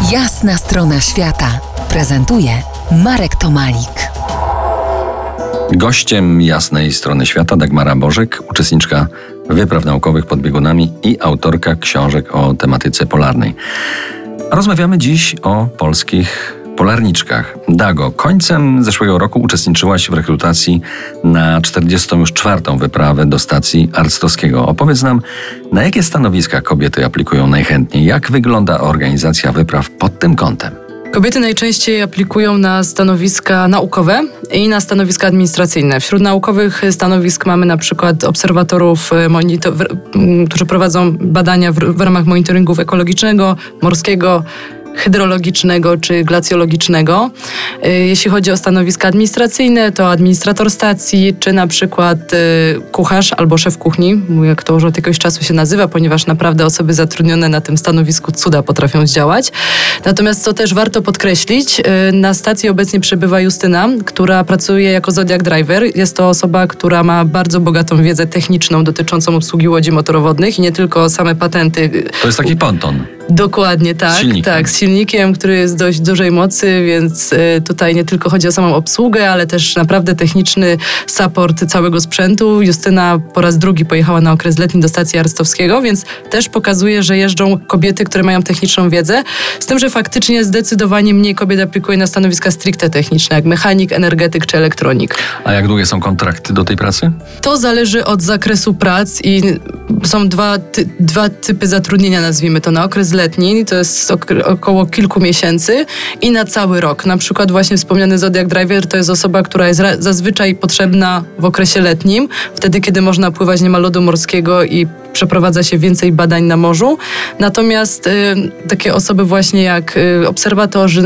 Jasna strona świata prezentuje Marek Tomalik. Gościem Jasnej Strony Świata Dagmara Bożek, uczestniczka wypraw naukowych pod biegunami i autorka książek o tematyce polarnej. Rozmawiamy dziś o polskich polarniczkach. Dago, końcem zeszłego roku uczestniczyłaś w rekrutacji na 44. wyprawę do stacji Arctowskiego. Opowiedz nam, na jakie stanowiska kobiety aplikują najchętniej? Jak wygląda organizacja wypraw pod tym kątem? Kobiety najczęściej aplikują na stanowiska naukowe i na stanowiska administracyjne. Wśród naukowych stanowisk mamy na przykład obserwatorów, którzy prowadzą badania w ramach monitoringu ekologicznego, morskiego, hydrologicznego czy glacjologicznego. Jeśli chodzi o stanowiska administracyjne, to administrator stacji, czy na przykład kucharz albo szef kuchni, jak to już od jakiegoś czasu się nazywa, ponieważ naprawdę osoby zatrudnione na tym stanowisku cuda potrafią zdziałać. Natomiast co też warto podkreślić, na stacji obecnie przebywa Justyna, która pracuje jako Zodiac Driver. Jest to osoba, która ma bardzo bogatą wiedzę techniczną dotyczącą obsługi łodzi motorowodnych i nie tylko same patenty. To jest taki ponton. Dokładnie, tak. Z silnikiem, który jest dość dużej mocy, więc tutaj nie tylko chodzi o samą obsługę, ale też naprawdę techniczny support całego sprzętu. Justyna po raz drugi pojechała na okres letni do stacji Arctowskiego, więc też pokazuje, że jeżdżą kobiety, które mają techniczną wiedzę, z tym, że faktycznie zdecydowanie mniej kobiet aplikuje na stanowiska stricte techniczne, jak mechanik, energetyk czy elektronik. A jak długie są kontrakty do tej pracy? To zależy od zakresu prac i są dwa typy zatrudnienia, nazwijmy to, na okres letni, to jest około kilku miesięcy i na cały rok. Na przykład właśnie wspomniany Zodiac Driver to jest osoba, która jest zazwyczaj potrzebna w okresie letnim, wtedy kiedy można pływać, nie ma lodu morskiego i przeprowadza się więcej badań na morzu. Natomiast takie osoby właśnie jak obserwatorzy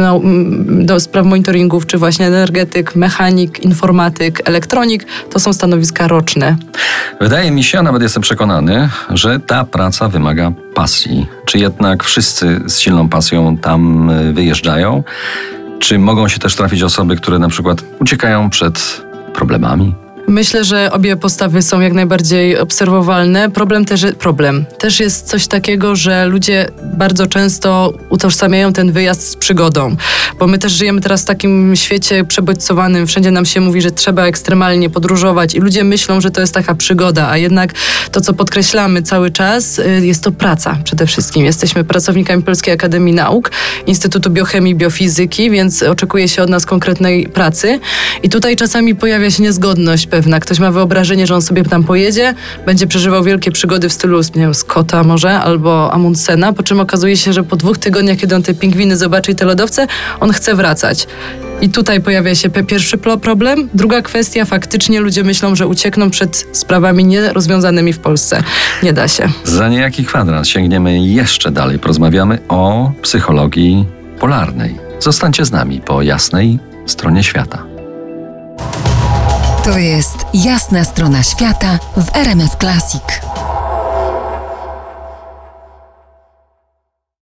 do spraw monitoringów, czy właśnie energetyk, mechanik, informatyk, elektronik, to są stanowiska roczne. Wydaje mi się, a nawet jestem przekonany, że ta praca wymaga pasji. Czy jednak wszyscy z silną pasją tam wyjeżdżają? Czy mogą się też trafić osoby, które na przykład uciekają przed problemami? Myślę, że obie postawy są jak najbardziej obserwowalne. Problem też jest coś takiego, że ludzie bardzo często utożsamiają ten wyjazd z przygodą, bo my też żyjemy teraz w takim świecie przebodźcowanym. Wszędzie nam się mówi, że trzeba ekstremalnie podróżować i ludzie myślą, że to jest taka przygoda, a jednak to, co podkreślamy cały czas, jest to praca przede wszystkim. Jesteśmy pracownikami Polskiej Akademii Nauk, Instytutu Biochemii i Biofizyki, więc oczekuje się od nas konkretnej pracy i tutaj czasami pojawia się niezgodność pewna. Ktoś ma wyobrażenie, że on sobie tam pojedzie, będzie przeżywał wielkie przygody w stylu, nie wiem, Scotta może, albo Amundsena, po czym okazuje się, że po 2 tygodniach, kiedy on te pingwiny zobaczy i te lodowce, on chce wracać. I tutaj pojawia się pierwszy problem. Druga kwestia, faktycznie ludzie myślą, że uciekną przed sprawami nierozwiązanymi w Polsce. Nie da się. Za niejaki kwadrans sięgniemy jeszcze dalej. Porozmawiamy o psychologii polarnej. Zostańcie z nami po Jasnej Stronie Świata. To jest Jasna Strona Świata w RMF Classic.